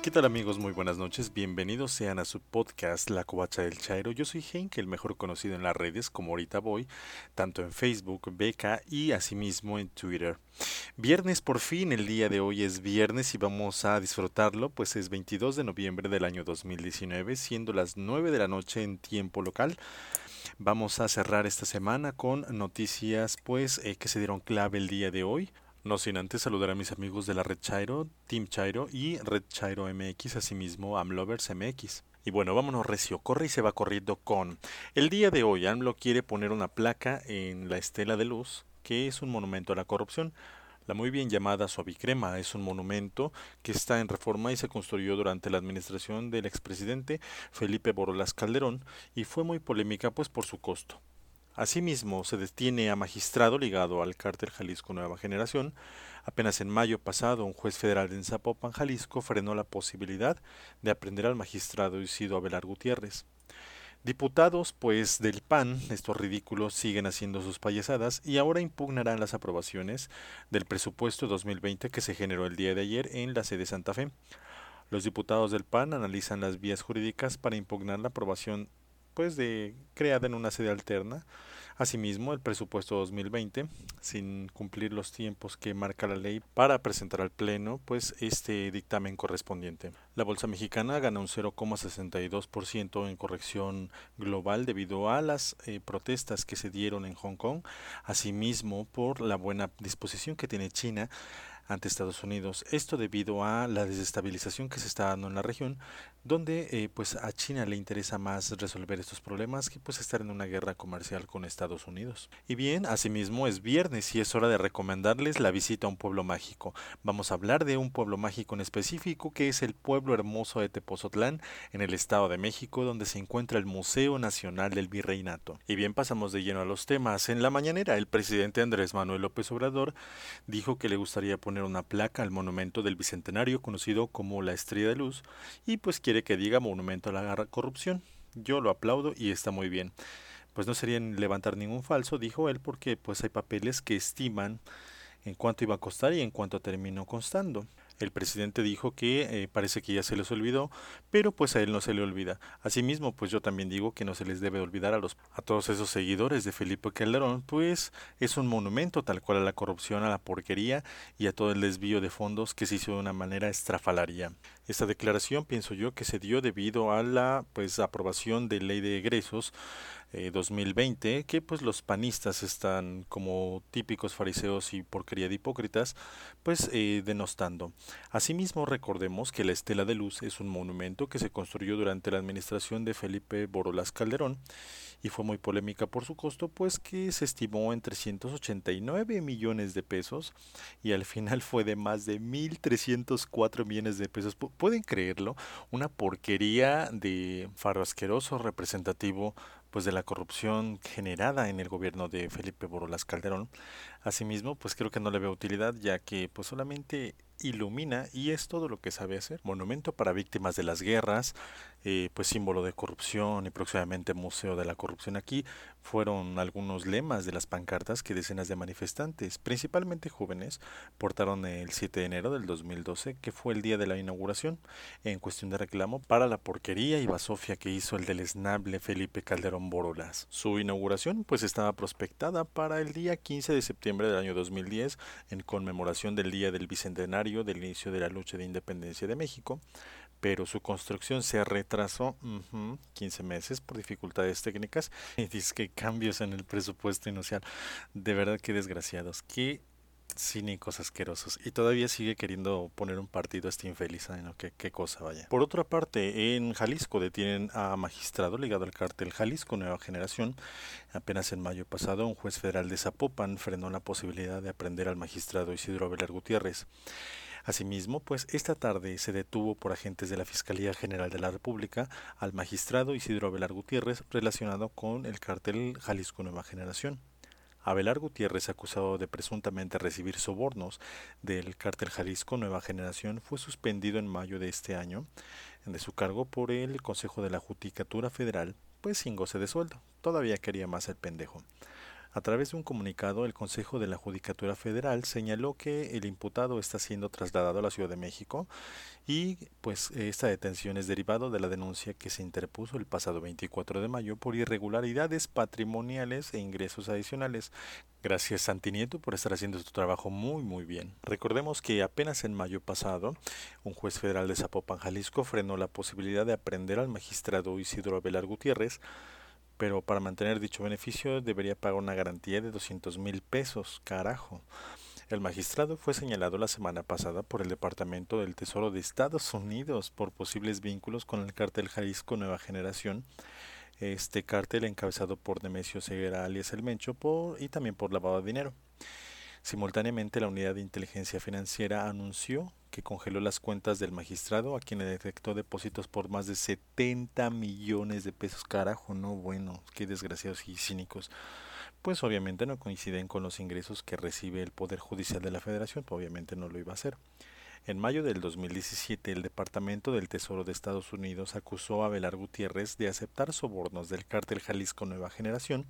¿Qué tal amigos? Muy buenas noches, bienvenidos sean a su podcast La Covacha del Chairo. Yo soy Henk, el mejor conocido en las redes como ahorita voy, tanto en Facebook, Beca y asimismo en Twitter. Viernes por fin, el día de hoy es viernes y vamos a disfrutarlo, pues es 22 de noviembre del año 2019, siendo las 9 de la noche en tiempo local. Vamos a cerrar esta semana con noticias que se dieron clave el día de hoy. No sin antes saludar a mis amigos de la Red Chairo, Team Chairo y Red Chairo MX, asimismo Amlovers MX. Y bueno, vámonos recio, corre y se va corriendo con... El día de hoy AMLO quiere poner una placa en la Estela de Luz, que es un monumento a la corrupción. La muy bien llamada Suavicrema es un monumento que está en reforma y se construyó durante la administración del expresidente Felipe Borolas Calderón y fue muy polémica pues por su costo. Asimismo, se detiene a magistrado ligado al cártel Jalisco Nueva Generación. Apenas en mayo pasado, un juez federal en Zapopan, Jalisco, frenó la posibilidad de aprender al magistrado Isidro Abelar Gutiérrez. Diputados, pues, del PAN, estos ridículos, siguen haciendo sus payasadas y ahora impugnarán las aprobaciones del presupuesto 2020 que se generó el día de ayer en la sede Santa Fe. Los diputados del PAN analizan las vías jurídicas para impugnar la aprobación creada en una sede alterna. Asimismo, el presupuesto 2020, sin cumplir los tiempos que marca la ley para presentar al Pleno, pues este dictamen correspondiente. La bolsa mexicana gana un 0,62% en corrección global debido a las protestas que se dieron en Hong Kong, asimismo por la buena disposición que tiene China ante Estados Unidos. Esto debido a la desestabilización que se está dando en la región, donde pues a China le interesa más resolver estos problemas que pues estar en una guerra comercial con Estados Unidos. Y bien, asimismo es viernes y es hora de recomendarles la visita a un pueblo mágico. Vamos a hablar de un pueblo mágico en específico que es el pueblo hermoso de Tepozotlán en el Estado de México, donde se encuentra el Museo Nacional del Virreinato. Y bien, pasamos de lleno a los temas. En la mañanera, el presidente Andrés Manuel López Obrador dijo que le gustaría poner una placa al monumento del Bicentenario conocido como la Estrella de Luz y pues quiere que diga monumento a la corrupción. Yo lo aplaudo y está muy bien. Pues no serían levantar ningún falso, dijo él, porque pues hay papeles que estiman en cuánto iba a costar y en cuánto terminó costando. El presidente dijo que parece que ya se les olvidó, pero pues a él no se le olvida. Asimismo, pues yo también digo que no se les debe olvidar a todos esos seguidores de Felipe Calderón, pues es un monumento tal cual a la corrupción, a la porquería y a todo el desvío de fondos que se hizo de una manera estrafalaria. Esta declaración pienso yo que se dio debido a la pues aprobación de ley de egresos 2020, que pues los panistas están como típicos fariseos y porquería de hipócritas, pues denostando. Asimismo, recordemos que la Estela de Luz es un monumento que se construyó durante la administración de Felipe Borolas Calderón y fue muy polémica por su costo, pues que se estimó en 389 millones de pesos y al final fue de más de 1.304 millones de pesos. ¿Pueden creerlo? Una porquería de faro asqueroso representativo pues de la corrupción generada en el gobierno de Felipe Borolas Calderón. Asimismo, pues creo que no le veo utilidad ya que pues solamente ilumina y es todo lo que sabe hacer. Monumento para víctimas de las guerras, pues símbolo de corrupción y próximamente museo de la corrupción. Aquí fueron algunos lemas de las pancartas que decenas de manifestantes, principalmente jóvenes, portaron el 7 de enero del 2012, que fue el día de la inauguración, en cuestión de reclamo para la porquería y basofia que hizo el deleznable Felipe Calderón Borolas. Su inauguración pues estaba prospectada para el día 15 de septiembre del año 2010 en conmemoración del día del bicentenario del inicio de la lucha de independencia de México, pero su construcción se retrasó 15 meses por dificultades técnicas y dice que cambios en el presupuesto inicial. De verdad que desgraciados, qué cínicos asquerosos. Y todavía sigue queriendo poner un partido a este infeliz. Ay, no, qué cosa vaya. Por otra parte, en Jalisco detienen a magistrado ligado al cártel Jalisco Nueva Generación. Apenas en mayo pasado, un juez federal de Zapopan frenó la posibilidad de aprender al magistrado Isidro Abelar Gutiérrez. Asimismo, pues esta tarde se detuvo por agentes de la Fiscalía General de la República al magistrado Isidro Abelar Gutiérrez relacionado con el cártel Jalisco Nueva Generación. Abelar Gutiérrez, acusado de presuntamente recibir sobornos del cártel Jalisco Nueva Generación, fue suspendido en mayo de este año de su cargo por el Consejo de la Judicatura Federal, pues sin goce de sueldo. Todavía quería más el pendejo. A través de un comunicado, el Consejo de la Judicatura Federal señaló que el imputado está siendo trasladado a la Ciudad de México y pues esta detención es derivado de la denuncia que se interpuso el pasado 24 de mayo por irregularidades patrimoniales e ingresos adicionales. Gracias Santi Nieto por estar haciendo tu trabajo muy bien. Recordemos que apenas en mayo pasado, un juez federal de Zapopan, Jalisco, frenó la posibilidad de aprehender al magistrado Isidro Abelar Gutiérrez, pero para mantener dicho beneficio debería pagar una garantía de 200,000 pesos. Carajo. El magistrado fue señalado la semana pasada por el Departamento del Tesoro de Estados Unidos por posibles vínculos con el cártel Jalisco Nueva Generación, este cártel encabezado por Nemesio Ceguera alias El Mencho y también por lavado de dinero. Simultáneamente, la Unidad de Inteligencia Financiera anunció que congeló las cuentas del magistrado, a quien le detectó depósitos por más de 70 millones de pesos. Carajo, no, bueno, qué desgraciados y cínicos. Pues obviamente no coinciden con los ingresos que recibe el Poder Judicial de la Federación, pues obviamente no lo iba a hacer. En mayo del 2017, el Departamento del Tesoro de Estados Unidos acusó a Abelar Gutiérrez de aceptar sobornos del cártel Jalisco Nueva Generación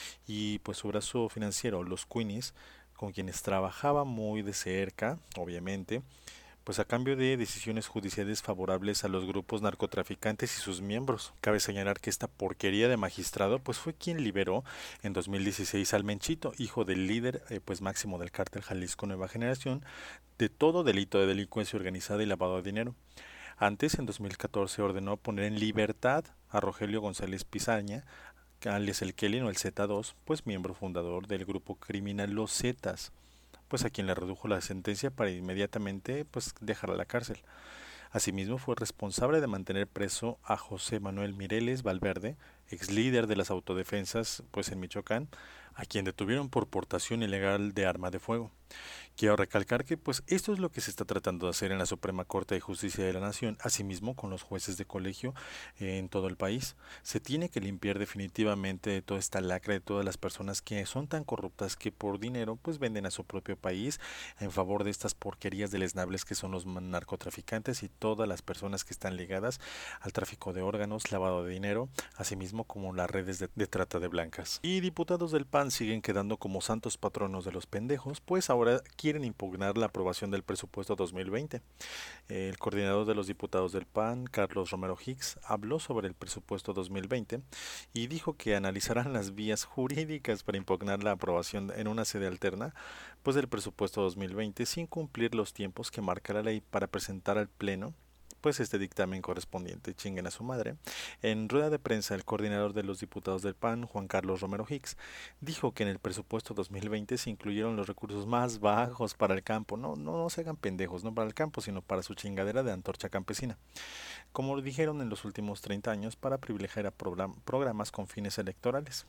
y pues su brazo financiero, los Queenies, con quienes trabajaba muy de cerca, obviamente, pues a cambio de decisiones judiciales favorables a los grupos narcotraficantes y sus miembros. Cabe señalar que esta porquería de magistrado pues fue quien liberó en 2016 al Menchito, hijo del líder pues máximo del cártel Jalisco Nueva Generación, de todo delito de delincuencia organizada y lavado de dinero. Antes, en 2014, ordenó poner en libertad a Rogelio González Pizaña, alias el Kelly o el Z2, pues miembro fundador del grupo criminal Los Zetas, pues a quien le redujo la sentencia para inmediatamente pues dejar a la cárcel. Asimismo fue responsable de mantener preso a José Manuel Mireles Valverde, ex líder de las autodefensas pues en Michoacán, a quien detuvieron por portación ilegal de arma de fuego. Quiero recalcar que pues esto es lo que se está tratando de hacer en la Suprema Corte de Justicia de la Nación, asimismo con los jueces de colegio en todo el país. Se tiene que limpiar definitivamente de toda esta lacra de todas las personas que son tan corruptas que por dinero pues venden a su propio país en favor de estas porquerías deleznables que son los narcotraficantes y todas las personas que están ligadas al tráfico de órganos, lavado de dinero, asimismo como las redes de trata de blancas. Y diputados del PAN siguen quedando como santos patronos de los pendejos, pues ahora quieren impugnar la aprobación del presupuesto 2020. El coordinador de los diputados del PAN, Carlos Romero Hicks, habló sobre el presupuesto 2020 y dijo que analizarán las vías jurídicas para impugnar la aprobación en una sede alterna, pues del presupuesto 2020 sin cumplir los tiempos que marca la ley para presentar al Pleno pues este dictamen correspondiente. Chinguen a su madre. En rueda de prensa, el coordinador de los diputados del PAN, Juan Carlos Romero Hicks, dijo que en el presupuesto 2020 se incluyeron los recursos más bajos para el campo. No se hagan pendejos, no para el campo, sino para su chingadera de antorcha campesina. Como lo dijeron en los últimos 30 años, para privilegiar a programas con fines electorales.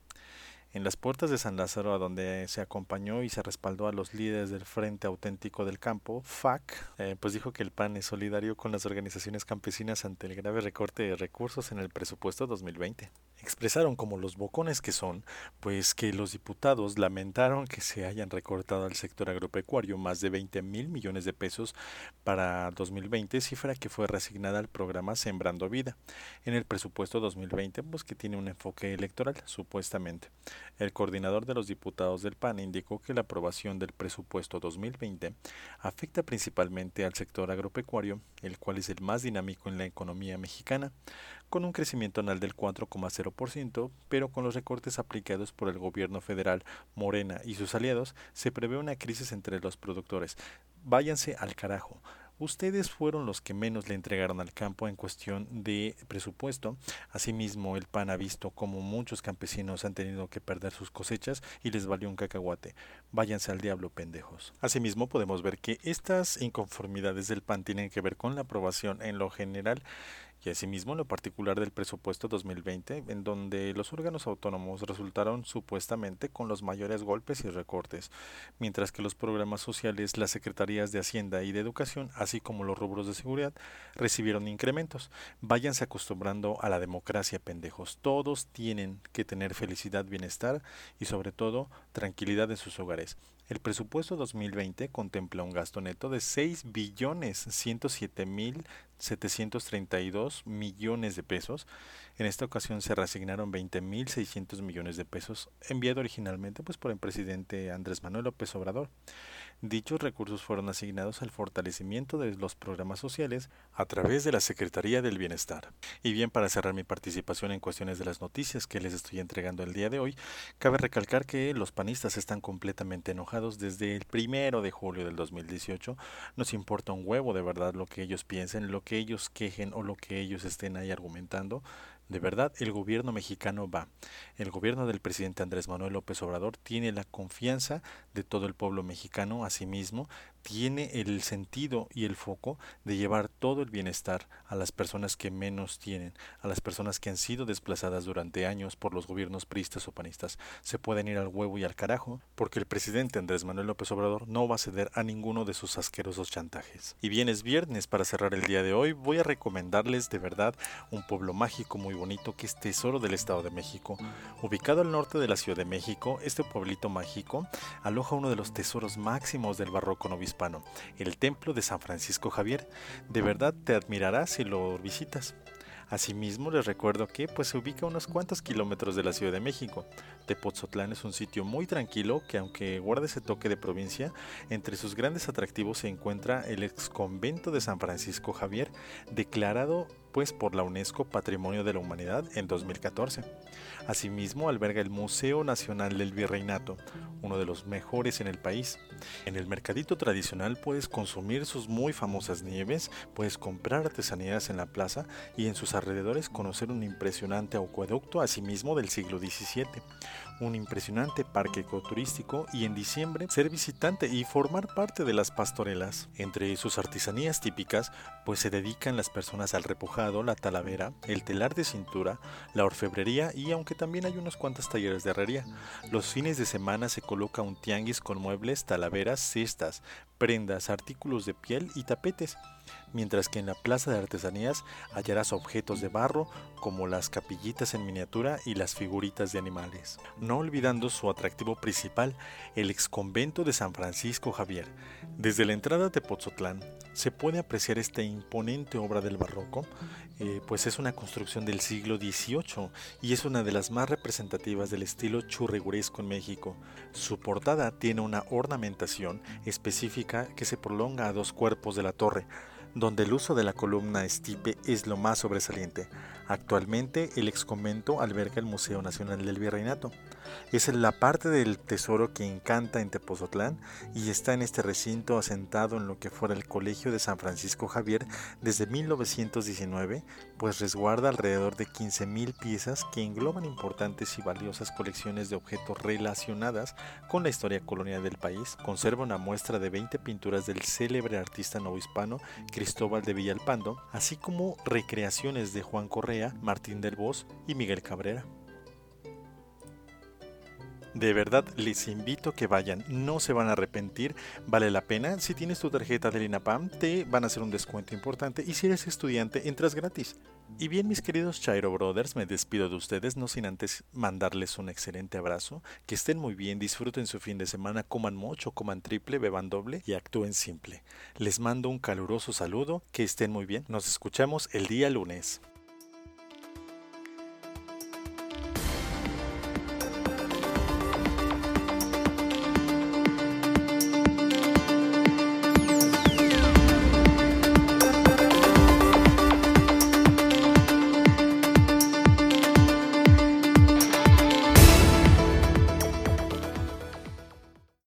En las puertas de San Lázaro, a donde se acompañó y se respaldó a los líderes del Frente Auténtico del Campo, FAC, pues dijo que el PAN es solidario con las organizaciones campesinas ante el grave recorte de recursos en el presupuesto 2020. Expresaron como los bocones que son, pues que los diputados lamentaron que se hayan recortado al sector agropecuario más de 20,000 millones de pesos para 2020, cifra que fue reasignada al programa Sembrando Vida en el presupuesto 2020, pues que tiene un enfoque electoral, supuestamente. El coordinador de los diputados del PAN indicó que la aprobación del presupuesto 2020 afecta principalmente al sector agropecuario, el cual es el más dinámico en la economía mexicana, con un crecimiento anual del 4,0%, pero con los recortes aplicados por el gobierno federal, Morena y sus aliados, se prevé una crisis entre los productores. Váyanse al carajo. Ustedes fueron los que menos le entregaron al campo en cuestión de presupuesto. Asimismo, el PAN ha visto como muchos campesinos han tenido que perder sus cosechas y les valió un cacahuate. Váyanse al diablo, pendejos. Asimismo, podemos ver que estas inconformidades del PAN tienen que ver con la aprobación en lo general y asimismo en lo particular del presupuesto 2020, en donde los órganos autónomos resultaron supuestamente con los mayores golpes y recortes, mientras que los programas sociales, las secretarías de Hacienda y de Educación, así como los rubros de seguridad, recibieron incrementos. Váyanse acostumbrando a la democracia, pendejos. Todos tienen que tener felicidad, bienestar y sobre todo tranquilidad en sus hogares. El presupuesto 2020 contempla un gasto neto de 6.107.732 millones de pesos. En esta ocasión se reasignaron 20.600 millones de pesos, enviado originalmente por el presidente Andrés Manuel López Obrador. Dichos recursos fueron asignados al fortalecimiento de los programas sociales a través de la Secretaría del Bienestar. Y bien, para cerrar mi participación en cuestiones de las noticias que les estoy entregando el día de hoy, cabe recalcar que los panistas están completamente enojados desde el 1 de julio del 2018. Nos importa un huevo de verdad lo que ellos piensen, lo que ellos quejen o lo que ellos estén ahí argumentando. De verdad, el gobierno mexicano va. El gobierno del presidente Andrés Manuel López Obrador tiene la confianza de todo el pueblo mexicano, asimismo, tiene el sentido y el foco de llevar todo el bienestar a las personas que menos tienen, a las personas que han sido desplazadas durante años por los gobiernos priistas o panistas. Se pueden ir al huevo y al carajo, porque el presidente Andrés Manuel López Obrador no va a ceder a ninguno de sus asquerosos chantajes. Y bien, es viernes. Para cerrar el día de hoy voy a recomendarles de verdad un pueblo mágico muy bonito que es Tesoro del Estado de México. Ubicado al norte de la Ciudad de México, este pueblito mágico aloja uno de los tesoros máximos del barroco novohispano, el Templo de San Francisco Javier. De verdad te admirarás si lo visitas. Asimismo, les recuerdo que se ubica a unos cuantos kilómetros de la Ciudad de México. Tepoztlán es un sitio muy tranquilo que, aunque guarda ese toque de provincia, entre sus grandes atractivos se encuentra el exconvento de San Francisco Javier, declarado por la UNESCO Patrimonio de la Humanidad en 2014. Asimismo, alberga el Museo Nacional del Virreinato, uno de los mejores en el país. En el mercadito tradicional puedes consumir sus muy famosas nieves, puedes comprar artesanías en la plaza y en sus alrededores conocer un impresionante acueducto, asimismo del siglo XVII, un impresionante parque ecoturístico y en diciembre ser visitante y formar parte de las pastorelas. Entre sus artesanías típicas, se dedican las personas al repujado, la talavera, el telar de cintura, la orfebrería y aunque también hay unos cuantos talleres de herrería. Los fines de semana se coloca un tianguis con muebles, talaveras, cestas, prendas, artículos de piel y tapetes, mientras que en la plaza de artesanías hallarás objetos de barro como las capillitas en miniatura y las figuritas de animales. No olvidando su atractivo principal, el exconvento de San Francisco Javier. Desde la entrada de Tepoztlán se puede apreciar esta imponente obra del barroco, es una construcción del siglo XVIII y es una de las más representativas del estilo churrigueresco en México. Su portada tiene una ornamentación específica que se prolonga a dos cuerpos de la torre, donde el uso de la columna estipe es lo más sobresaliente. Actualmente el exconvento alberga el Museo Nacional del Virreinato. Es la parte del tesoro que encanta en Tepoztlán y está en este recinto asentado en lo que fuera el Colegio de San Francisco Javier desde 1919, resguarda alrededor de 15,000 piezas que engloban importantes y valiosas colecciones de objetos relacionadas con la historia colonial del país. Conserva una muestra de 20 pinturas del célebre artista novohispano Cristóbal de Villalpando, así como recreaciones de Juan Correa, Martín del Bosch y Miguel Cabrera. De verdad les invito a que vayan, no se van a arrepentir, vale la pena. Si tienes tu tarjeta del INAPAM te van a hacer un descuento importante y si eres estudiante entras gratis. Y bien, mis queridos Chairo Brothers, me despido de ustedes no sin antes mandarles un excelente abrazo, que estén muy bien, disfruten su fin de semana, coman mucho, coman triple, beban doble y actúen simple. Les mando un caluroso saludo, que estén muy bien, nos escuchamos el día lunes.